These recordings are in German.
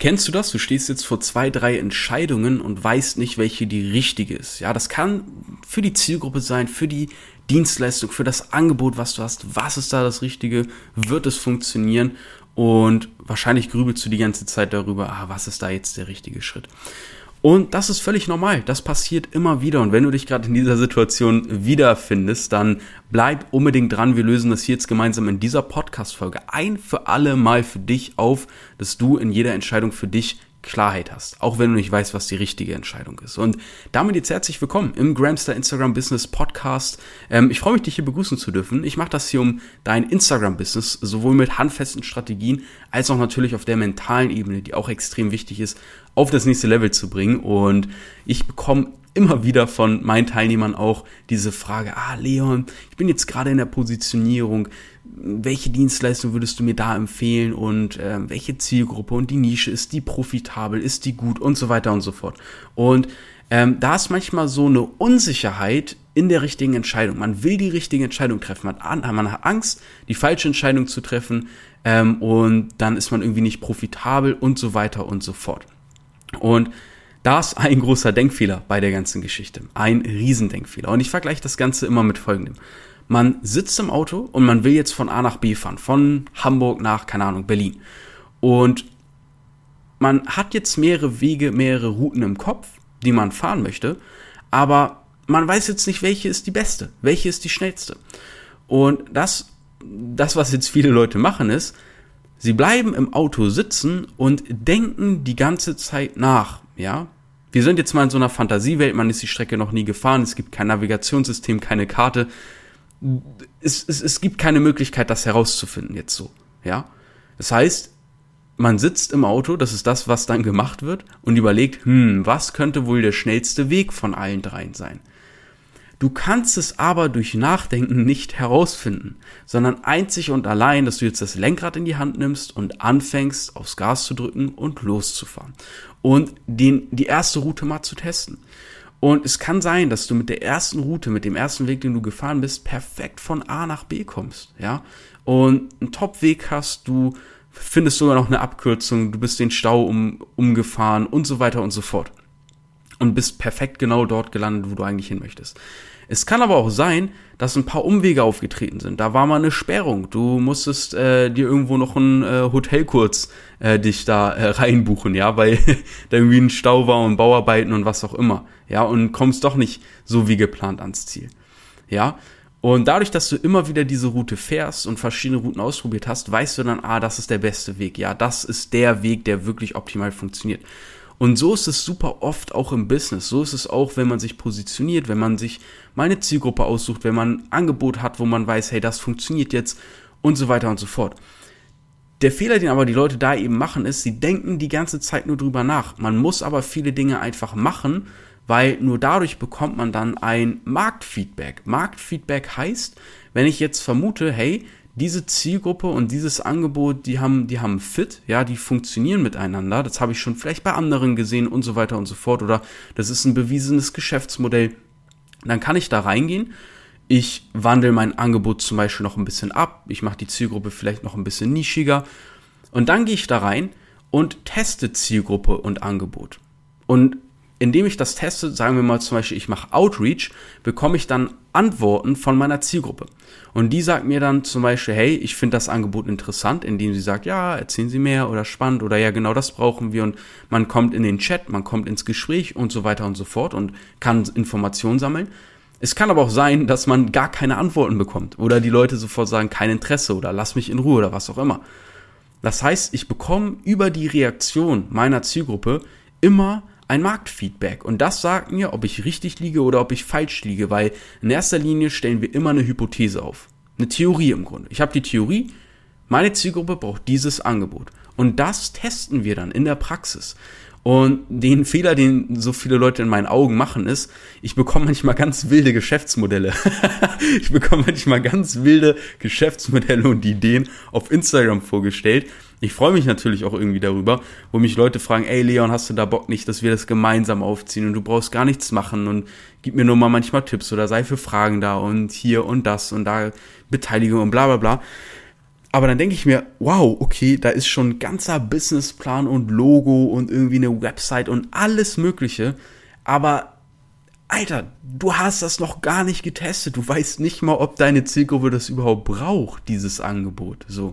Kennst du das? Du stehst jetzt vor 2, 3 Entscheidungen und weißt nicht, welche die richtige ist. Ja, das kann für die Zielgruppe sein, für die Dienstleistung, für das Angebot, was du hast. Was ist da das Richtige? Wird es funktionieren? Und wahrscheinlich grübelst du die ganze Zeit darüber, was ist da jetzt der richtige Schritt? Und das ist völlig normal. Das passiert immer wieder. Und wenn du dich gerade in dieser Situation wiederfindest, dann bleib unbedingt dran. Wir lösen das hier jetzt gemeinsam in dieser Podcast-Folge ein für alle Mal für dich auf, dass du in jeder Entscheidung für dich Klarheit hast, auch wenn du nicht weißt, was die richtige Entscheidung ist. Und damit jetzt herzlich willkommen im Gramstar Instagram Business Podcast. Ich freue mich, dich hier begrüßen zu dürfen. Ich mache das hier um dein Instagram-Business, sowohl mit handfesten Strategien, als auch natürlich auf der mentalen Ebene, die auch extrem wichtig ist, auf das nächste Level zu bringen. Und ich bekomme immer wieder von meinen Teilnehmern auch diese Frage, Leon, ich bin jetzt gerade in der Positionierung, welche Dienstleistung würdest du mir da empfehlen und welche Zielgruppe und die Nische, ist die profitabel, ist die gut und so weiter und so fort. Und da ist manchmal so eine Unsicherheit in der richtigen Entscheidung. Man will die richtige Entscheidung treffen, man hat Angst, die falsche Entscheidung zu treffen und dann ist man irgendwie nicht profitabel und so weiter und so fort. Und da ist ein großer Denkfehler bei der ganzen Geschichte, ein Riesendenkfehler. Und ich vergleiche das Ganze immer mit Folgendem. Man sitzt im Auto und man will jetzt von A nach B fahren, von Hamburg nach, keine Ahnung, Berlin. Und man hat jetzt mehrere Wege, mehrere Routen im Kopf, die man fahren möchte, aber man weiß jetzt nicht, welche ist die beste, welche ist die schnellste. Und das, was jetzt viele Leute machen, ist, sie bleiben im Auto sitzen und denken die ganze Zeit nach, ja. Wir sind jetzt mal in so einer Fantasiewelt, man ist die Strecke noch nie gefahren, es gibt kein Navigationssystem, keine Karte. Es gibt keine Möglichkeit, das herauszufinden jetzt so, ja. Das heißt, man sitzt im Auto, das ist das, was dann gemacht wird und überlegt, was könnte wohl der schnellste Weg von allen dreien sein? Du kannst es aber durch Nachdenken nicht herausfinden, sondern einzig und allein, dass du jetzt das Lenkrad in die Hand nimmst und anfängst, aufs Gas zu drücken und loszufahren und die erste Route mal zu testen. Und es kann sein, dass du mit der ersten Route, mit dem ersten Weg, den du gefahren bist, perfekt von A nach B kommst, ja, und einen Top-Weg hast, du findest sogar noch eine Abkürzung, du bist den Stau umgefahren und so weiter und so fort. Und bist perfekt genau dort gelandet, wo du eigentlich hin möchtest. Es kann aber auch sein, dass ein paar Umwege aufgetreten sind. Da war mal eine Sperrung. Du musstest dir irgendwo noch ein Hotel kurz dich da reinbuchen, ja, weil da irgendwie ein Stau war und Bauarbeiten und was auch immer, ja, und kommst doch nicht so wie geplant ans Ziel, ja. Und dadurch, dass du immer wieder diese Route fährst und verschiedene Routen ausprobiert hast, weißt du dann, das ist der beste Weg, ja, das ist der Weg, der wirklich optimal funktioniert. Und so ist es super oft auch im Business. So ist es auch, wenn man sich positioniert, wenn man sich mal eine Zielgruppe aussucht, wenn man ein Angebot hat, wo man weiß, hey, das funktioniert jetzt und so weiter und so fort. Der Fehler, den aber die Leute da eben machen, ist, sie denken die ganze Zeit nur drüber nach. Man muss aber viele Dinge einfach machen, weil nur dadurch bekommt man dann ein Marktfeedback. Marktfeedback heißt, wenn ich jetzt vermute, hey, diese Zielgruppe und dieses Angebot, die haben Fit, ja, die funktionieren miteinander. Das habe ich schon vielleicht bei anderen gesehen und so weiter und so fort. Oder das ist ein bewiesenes Geschäftsmodell. Dann kann ich da reingehen. Ich wandle mein Angebot zum Beispiel noch ein bisschen ab. Ich mache die Zielgruppe vielleicht noch ein bisschen nischiger. Und dann gehe ich da rein und teste Zielgruppe und Angebot. Und indem ich das teste, sagen wir mal zum Beispiel, ich mache Outreach, bekomme ich dann Antworten von meiner Zielgruppe. Und die sagt mir dann zum Beispiel, hey, ich finde das Angebot interessant, indem sie sagt, ja, erzählen Sie mehr oder spannend oder ja, genau das brauchen wir. Und man kommt in den Chat, man kommt ins Gespräch und so weiter und so fort und kann Informationen sammeln. Es kann aber auch sein, dass man gar keine Antworten bekommt oder die Leute sofort sagen, kein Interesse oder lass mich in Ruhe oder was auch immer. Das heißt, ich bekomme über die Reaktion meiner Zielgruppe immer ein Marktfeedback und das sagt mir, ob ich richtig liege oder ob ich falsch liege, weil in erster Linie stellen wir immer eine Hypothese auf, eine Theorie im Grunde. Ich habe die Theorie, meine Zielgruppe braucht dieses Angebot und das testen wir dann in der Praxis. Und den Fehler, den so viele Leute in meinen Augen machen, ist, ich bekomme manchmal ganz wilde Geschäftsmodelle. Ich bekomme manchmal ganz wilde Geschäftsmodelle und Ideen auf Instagram vorgestellt. Ich freue mich natürlich auch irgendwie darüber, wo mich Leute fragen, ey Leon, hast du da Bock nicht, dass wir das gemeinsam aufziehen und du brauchst gar nichts machen und gib mir nur mal manchmal Tipps oder sei für Fragen da und hier und das und da Beteiligung und bla bla bla. Aber dann denke ich mir, wow, okay, da ist schon ein ganzer Businessplan und Logo und irgendwie eine Website und alles Mögliche. Aber, Alter, du hast das noch gar nicht getestet. Du weißt nicht mal, ob deine Zielgruppe das überhaupt braucht, dieses Angebot. So.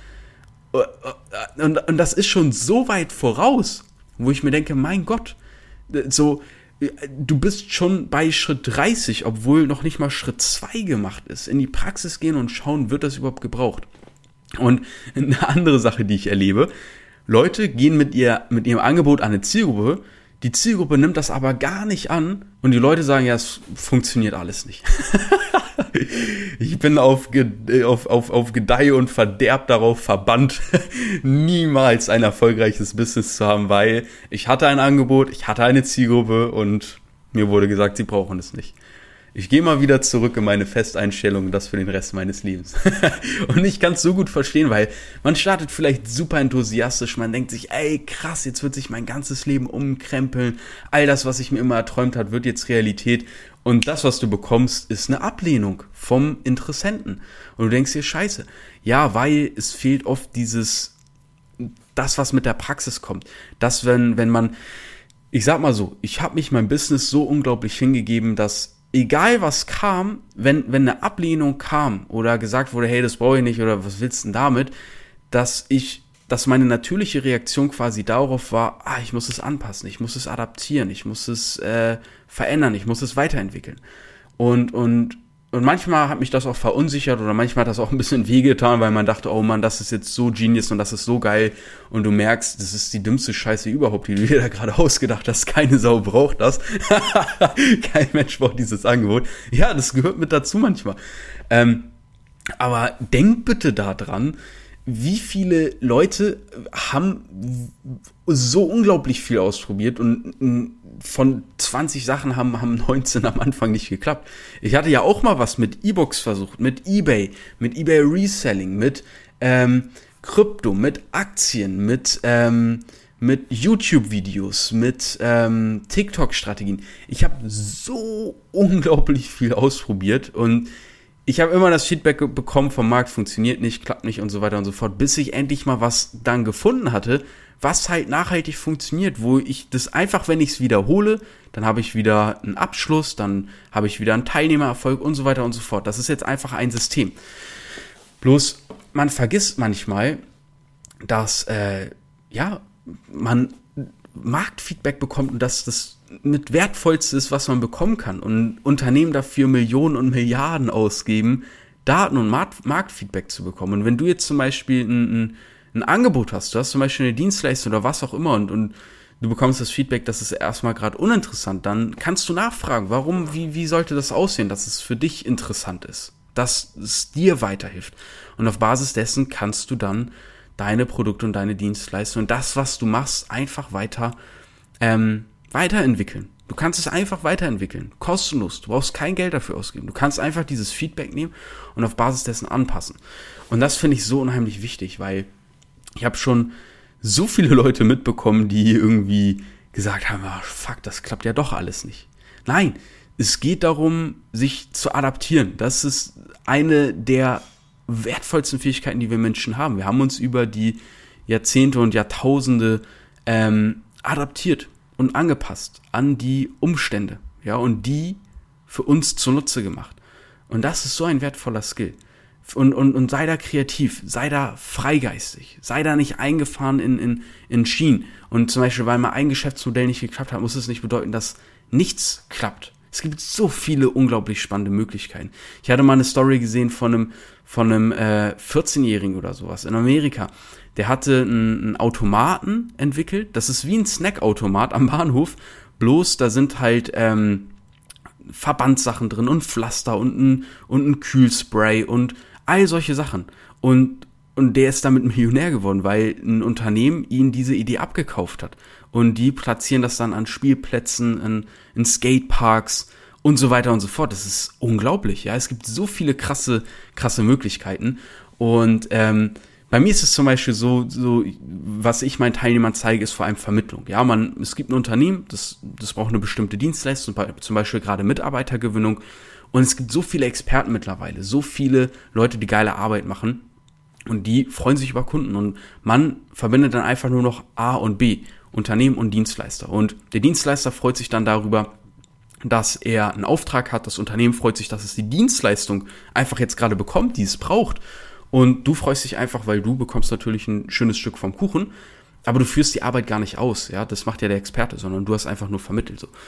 Und das ist schon so weit voraus, wo ich mir denke, mein Gott, so, du bist schon bei Schritt 30, obwohl noch nicht mal Schritt 2 gemacht ist. In die Praxis gehen und schauen, wird das überhaupt gebraucht. Und eine andere Sache, die ich erlebe, Leute gehen mit ihrem Angebot an eine Zielgruppe, die Zielgruppe nimmt das aber gar nicht an und die Leute sagen, ja, es funktioniert alles nicht. Ich bin auf Gedeih und Verderb darauf verbannt, niemals ein erfolgreiches Business zu haben, weil ich hatte ein Angebot, ich hatte eine Zielgruppe und mir wurde gesagt, sie brauchen es nicht. Ich gehe mal wieder zurück in meine Festeinstellung, das für den Rest meines Lebens. Und ich kann es so gut verstehen, weil man startet vielleicht super enthusiastisch, man denkt sich, ey krass, jetzt wird sich mein ganzes Leben umkrempeln, all das, was ich mir immer erträumt habe, wird jetzt Realität. Und das, was du bekommst, ist eine Ablehnung vom Interessenten. Und du denkst dir, scheiße. Ja, weil es fehlt oft das, was mit der Praxis kommt. Das, wenn man, ich sag mal so, ich habe mich meinem Business so unglaublich hingegeben, dass egal was kam, wenn eine Ablehnung kam oder gesagt wurde, hey, das brauche ich nicht oder was willst du denn damit, dass meine natürliche Reaktion quasi darauf war, ich muss es anpassen, ich muss es adaptieren, ich muss es verändern, ich muss es weiterentwickeln. Und manchmal hat mich das auch verunsichert oder manchmal hat das auch ein bisschen wehgetan, weil man dachte, oh Mann, das ist jetzt so genius und das ist so geil und du merkst, das ist die dümmste Scheiße überhaupt, die du dir da gerade ausgedacht hast. Keine Sau braucht das. Kein Mensch braucht dieses Angebot. Ja, das gehört mit dazu manchmal. Aber denk bitte daran, wie viele Leute haben so unglaublich viel ausprobiert und von 20 Sachen haben 19 am Anfang nicht geklappt. Ich hatte ja auch mal was mit E-Books versucht, mit eBay Reselling, mit Krypto, mit Aktien, mit YouTube-Videos, mit TikTok-Strategien. Ich habe so unglaublich viel ausprobiert und ich habe immer das Feedback bekommen vom Markt, funktioniert nicht, klappt nicht und so weiter und so fort, bis ich endlich mal was dann gefunden hatte, was halt nachhaltig funktioniert, wo ich das einfach, wenn ich es wiederhole, dann habe ich wieder einen Abschluss, dann habe ich wieder einen Teilnehmererfolg und so weiter und so fort. Das ist jetzt einfach ein System. Bloß, man vergisst manchmal, dass man Marktfeedback bekommt und dass das mit wertvollste ist, was man bekommen kann. Und Unternehmen dafür Millionen und Milliarden ausgeben, Daten und Marktfeedback zu bekommen. Und wenn du jetzt zum Beispiel ein Angebot hast, du hast zum Beispiel eine Dienstleistung oder was auch immer und du bekommst das Feedback, das ist erstmal gerade uninteressant, dann kannst du nachfragen, warum, wie sollte das aussehen, dass es für dich interessant ist, dass es dir weiterhilft. Und auf Basis dessen kannst du dann deine Produkte und deine Dienstleistungen und das, was du machst, einfach weiterentwickeln. Du kannst es einfach weiterentwickeln. Kostenlos. Du brauchst kein Geld dafür ausgeben. Du kannst einfach dieses Feedback nehmen und auf Basis dessen anpassen. Und das finde ich so unheimlich wichtig, weil ich habe schon so viele Leute mitbekommen, die irgendwie gesagt haben, fuck, das klappt ja doch alles nicht. Nein, es geht darum, sich zu adaptieren. Das ist eine der wertvollsten Fähigkeiten, die wir Menschen haben. Wir haben uns über die Jahrzehnte und Jahrtausende adaptiert und angepasst an die Umstände, ja, und die für uns zunutze gemacht. Und das ist so ein wertvoller Skill. Und sei da kreativ, sei da freigeistig, sei da nicht eingefahren in Schienen. Und zum Beispiel, weil mal ein Geschäftsmodell nicht geklappt hat, muss es nicht bedeuten, dass nichts klappt. Es gibt so viele unglaublich spannende Möglichkeiten. Ich hatte mal eine Story gesehen von einem 14-Jährigen oder sowas in Amerika. Der hatte einen Automaten entwickelt. Das ist wie ein Snackautomat am Bahnhof. Bloß da sind halt Verbandssachen drin und Pflaster und ein Kühlspray und all solche Sachen. Und der ist damit Millionär geworden, weil ein Unternehmen ihn diese Idee abgekauft hat. Und die platzieren das dann an Spielplätzen, in Skateparks und so weiter und so fort. Das ist unglaublich, ja. Es gibt so viele krasse Möglichkeiten. Und bei mir ist es zum Beispiel so, was ich meinen Teilnehmern zeige, ist vor allem Vermittlung. Ja, es gibt ein Unternehmen, das braucht eine bestimmte Dienstleistung, zum Beispiel gerade Mitarbeitergewinnung. Und es gibt so viele Experten mittlerweile, so viele Leute, die geile Arbeit machen. Und die freuen sich über Kunden und man verbindet dann einfach nur noch A und B, Unternehmen und Dienstleister. Und der Dienstleister freut sich dann darüber, dass er einen Auftrag hat. Das Unternehmen freut sich, dass es die Dienstleistung einfach jetzt gerade bekommt, die es braucht. Und du freust dich einfach, weil du bekommst natürlich ein schönes Stück vom Kuchen, aber du führst die Arbeit gar nicht aus. Ja, das macht ja der Experte, sondern du hast einfach nur vermittelt. So.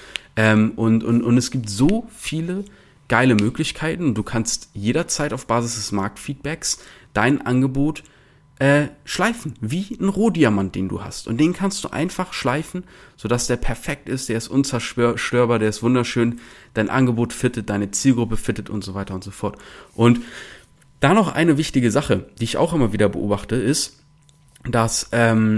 Und es gibt so viele geile Möglichkeiten und du kannst jederzeit auf Basis des Marktfeedbacks dein Angebot schleifen, wie ein Rohdiamant, den du hast. Und den kannst du einfach schleifen, sodass der perfekt ist, der ist unzerstörbar, der ist wunderschön, dein Angebot fittet, deine Zielgruppe fittet und so weiter und so fort. Und da noch eine wichtige Sache, die ich auch immer wieder beobachte, ist, dass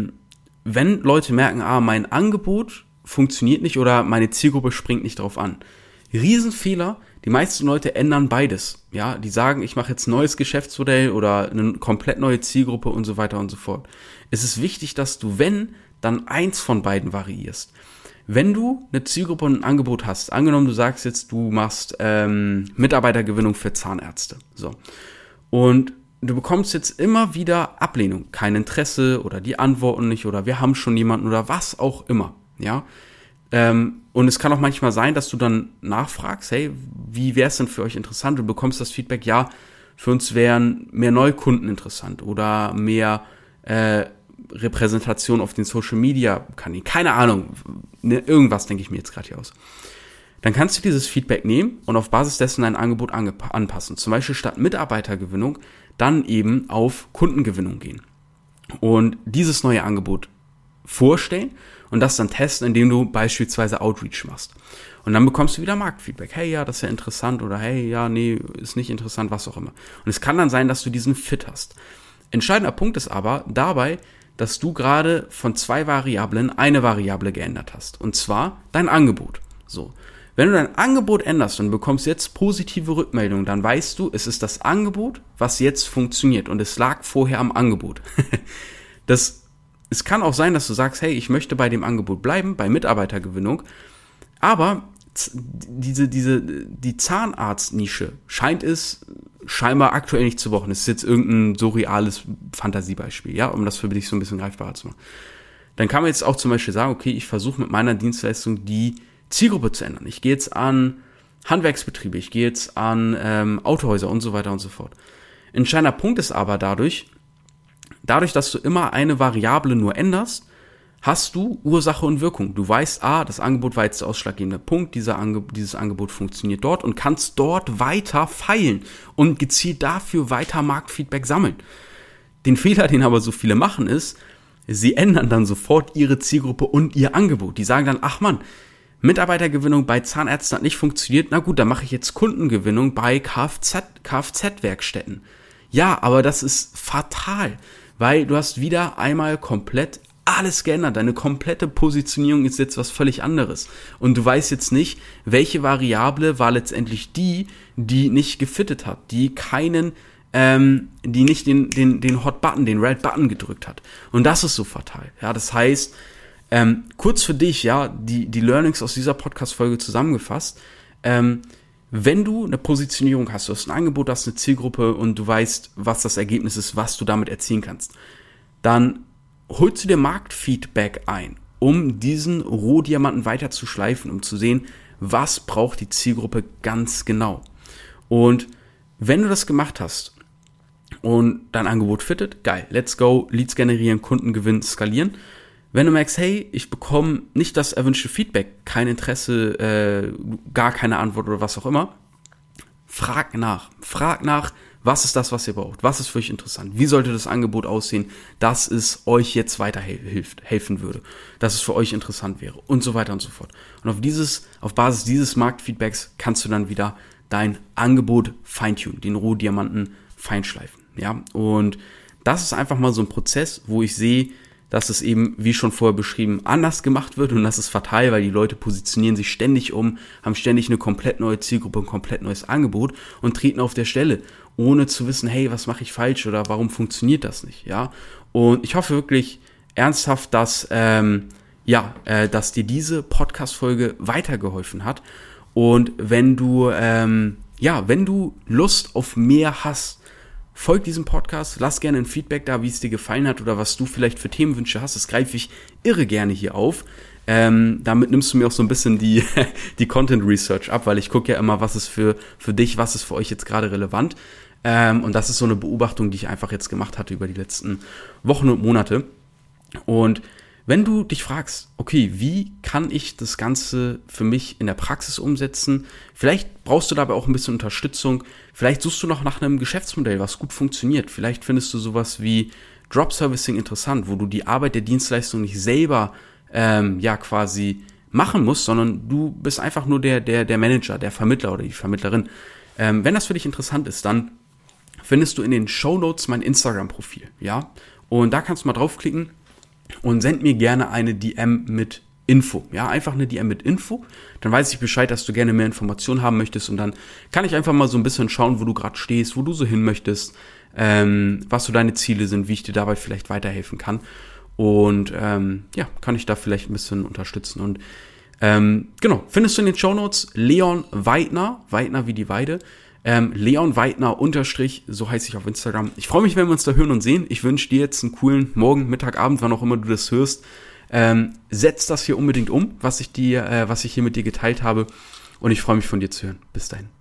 wenn Leute merken, mein Angebot funktioniert nicht oder meine Zielgruppe springt nicht drauf an. Riesenfehler, die meisten Leute ändern beides. Ja, die sagen, ich mache jetzt ein neues Geschäftsmodell oder eine komplett neue Zielgruppe und so weiter und so fort. Es ist wichtig, dass du, wenn, dann eins von beiden variierst. Wenn du eine Zielgruppe und ein Angebot hast, angenommen du sagst jetzt, du machst Mitarbeitergewinnung für Zahnärzte, so, und du bekommst jetzt immer wieder Ablehnung, kein Interesse oder die antworten nicht oder wir haben schon jemanden oder was auch immer, ja. Und es kann auch manchmal sein, dass du dann nachfragst, hey, wie wäre es denn für euch interessant? Du bekommst das Feedback, ja, für uns wären mehr Neukunden interessant oder mehr Repräsentation auf den Social Media Kanälen. Keine Ahnung, irgendwas denke ich mir jetzt gerade hier aus. Dann kannst du dieses Feedback nehmen und auf Basis dessen dein Angebot anpassen. Zum Beispiel statt Mitarbeitergewinnung dann eben auf Kundengewinnung gehen. Und dieses neue Angebot vorstellen und das dann testen, indem du beispielsweise Outreach machst. Und dann bekommst du wieder Marktfeedback. Hey, ja, das ist ja interessant oder hey, ja, nee, ist nicht interessant, was auch immer. Und es kann dann sein, dass du diesen Fit hast. Entscheidender Punkt ist aber dabei, dass du gerade von 2 Variablen eine Variable geändert hast. Und zwar dein Angebot. So. Wenn du dein Angebot änderst und bekommst jetzt positive Rückmeldungen, dann weißt du, es ist das Angebot, was jetzt funktioniert und es lag vorher am Angebot. Es kann auch sein, dass du sagst, hey, ich möchte bei dem Angebot bleiben, bei Mitarbeitergewinnung, aber die Zahnarztnische scheint es scheinbar aktuell nicht zu brauchen. Das ist jetzt irgendein surreales Fantasiebeispiel, ja, um das für dich so ein bisschen greifbarer zu machen. Dann kann man jetzt auch zum Beispiel sagen, okay, ich versuche mit meiner Dienstleistung die Zielgruppe zu ändern. Ich gehe jetzt an Handwerksbetriebe, ich gehe jetzt an Autohäuser und so weiter und so fort. Entscheidender Punkt ist aber dadurch, dass du immer eine Variable nur änderst, hast du Ursache und Wirkung. Du weißt, das Angebot war jetzt der ausschlaggebende Punkt, dieses Angebot funktioniert dort und kannst dort weiter feilen und gezielt dafür weiter Marktfeedback sammeln. Den Fehler, den aber so viele machen, ist, sie ändern dann sofort ihre Zielgruppe und ihr Angebot. Die sagen dann, ach Mann, Mitarbeitergewinnung bei Zahnärzten hat nicht funktioniert, na gut, dann mache ich jetzt Kundengewinnung bei Kfz-Werkstätten. Ja, aber das ist fatal, weil du hast wieder einmal komplett alles geändert. Deine komplette Positionierung ist jetzt was völlig anderes. Und du weißt jetzt nicht, welche Variable war letztendlich die nicht gefittet hat, die nicht den Hot Button, den Red Button gedrückt hat. Und das ist so fatal. Ja, das heißt, kurz für dich, ja, die Learnings aus dieser Podcast-Folge zusammengefasst, wenn du eine Positionierung hast, du hast ein Angebot, du hast eine Zielgruppe und du weißt, was das Ergebnis ist, was du damit erzielen kannst, dann holst du dir Marktfeedback ein, um diesen Rohdiamanten weiter zu schleifen, um zu sehen, was braucht die Zielgruppe ganz genau. Und wenn du das gemacht hast und dein Angebot fittet, geil, let's go, Leads generieren, Kunden gewinnen, skalieren. Wenn du merkst, hey, ich bekomme nicht das erwünschte Feedback, kein Interesse, gar keine Antwort oder was auch immer, frag nach, was ist das, was ihr braucht, was ist für euch interessant, wie sollte das Angebot aussehen, dass es euch jetzt weiterhelfen würde, dass es für euch interessant wäre und so weiter und so fort. Und auf Basis dieses Marktfeedbacks kannst du dann wieder dein Angebot feintunen, den Rohdiamanten feinschleifen, ja, und das ist einfach mal so ein Prozess, wo ich sehe, dass es eben, wie schon vorher beschrieben, anders gemacht wird und das ist fatal, weil die Leute positionieren sich ständig um, haben ständig eine komplett neue Zielgruppe, ein komplett neues Angebot und treten auf der Stelle, ohne zu wissen, hey, was mache ich falsch oder warum funktioniert das nicht, ja? Und ich hoffe wirklich ernsthaft, dass dir diese Podcast-Folge weitergeholfen hat und wenn du Lust auf mehr hast folg diesem Podcast, lass gerne ein Feedback da, wie es dir gefallen hat oder was du vielleicht für Themenwünsche hast. Das greife ich irre gerne hier auf. Damit nimmst du mir auch so ein bisschen die Content Research ab, weil ich gucke ja immer, was ist für dich, was ist für euch jetzt gerade relevant. Und das ist so eine Beobachtung, die ich einfach jetzt gemacht hatte über die letzten Wochen und Monate. Und wenn du dich fragst, okay, wie kann ich das Ganze für mich in der Praxis umsetzen? Vielleicht brauchst du dabei auch ein bisschen Unterstützung. Vielleicht suchst du noch nach einem Geschäftsmodell, was gut funktioniert. Vielleicht findest du sowas wie Drop Servicing interessant, wo du die Arbeit der Dienstleistung nicht selber quasi machen musst, sondern du bist einfach nur der Manager, der Vermittler oder die Vermittlerin. Wenn das für dich interessant ist, dann findest du in den Shownotes mein Instagram-Profil, ja? Und da kannst du mal draufklicken und send mir gerne eine DM mit Info, ja? Einfach eine DM mit Info, dann weiß ich Bescheid, dass du gerne mehr Informationen haben möchtest und dann kann ich einfach mal so ein bisschen schauen, wo du gerade stehst, wo du so hin möchtest, was so deine Ziele sind, wie ich dir dabei vielleicht weiterhelfen kann. Und kann ich da vielleicht ein bisschen unterstützen. Und findest du in den Shownotes Leon Weidner, Weidner wie die Weide, Leon Weidner _ so heiße ich auf Instagram. Ich freue mich, wenn wir uns da hören und sehen. Ich wünsche dir jetzt einen coolen Morgen, Mittag, Abend, wann auch immer du das hörst. Setz das hier unbedingt um, was ich hier mit dir geteilt habe. Und ich freue mich, von dir zu hören. Bis dahin.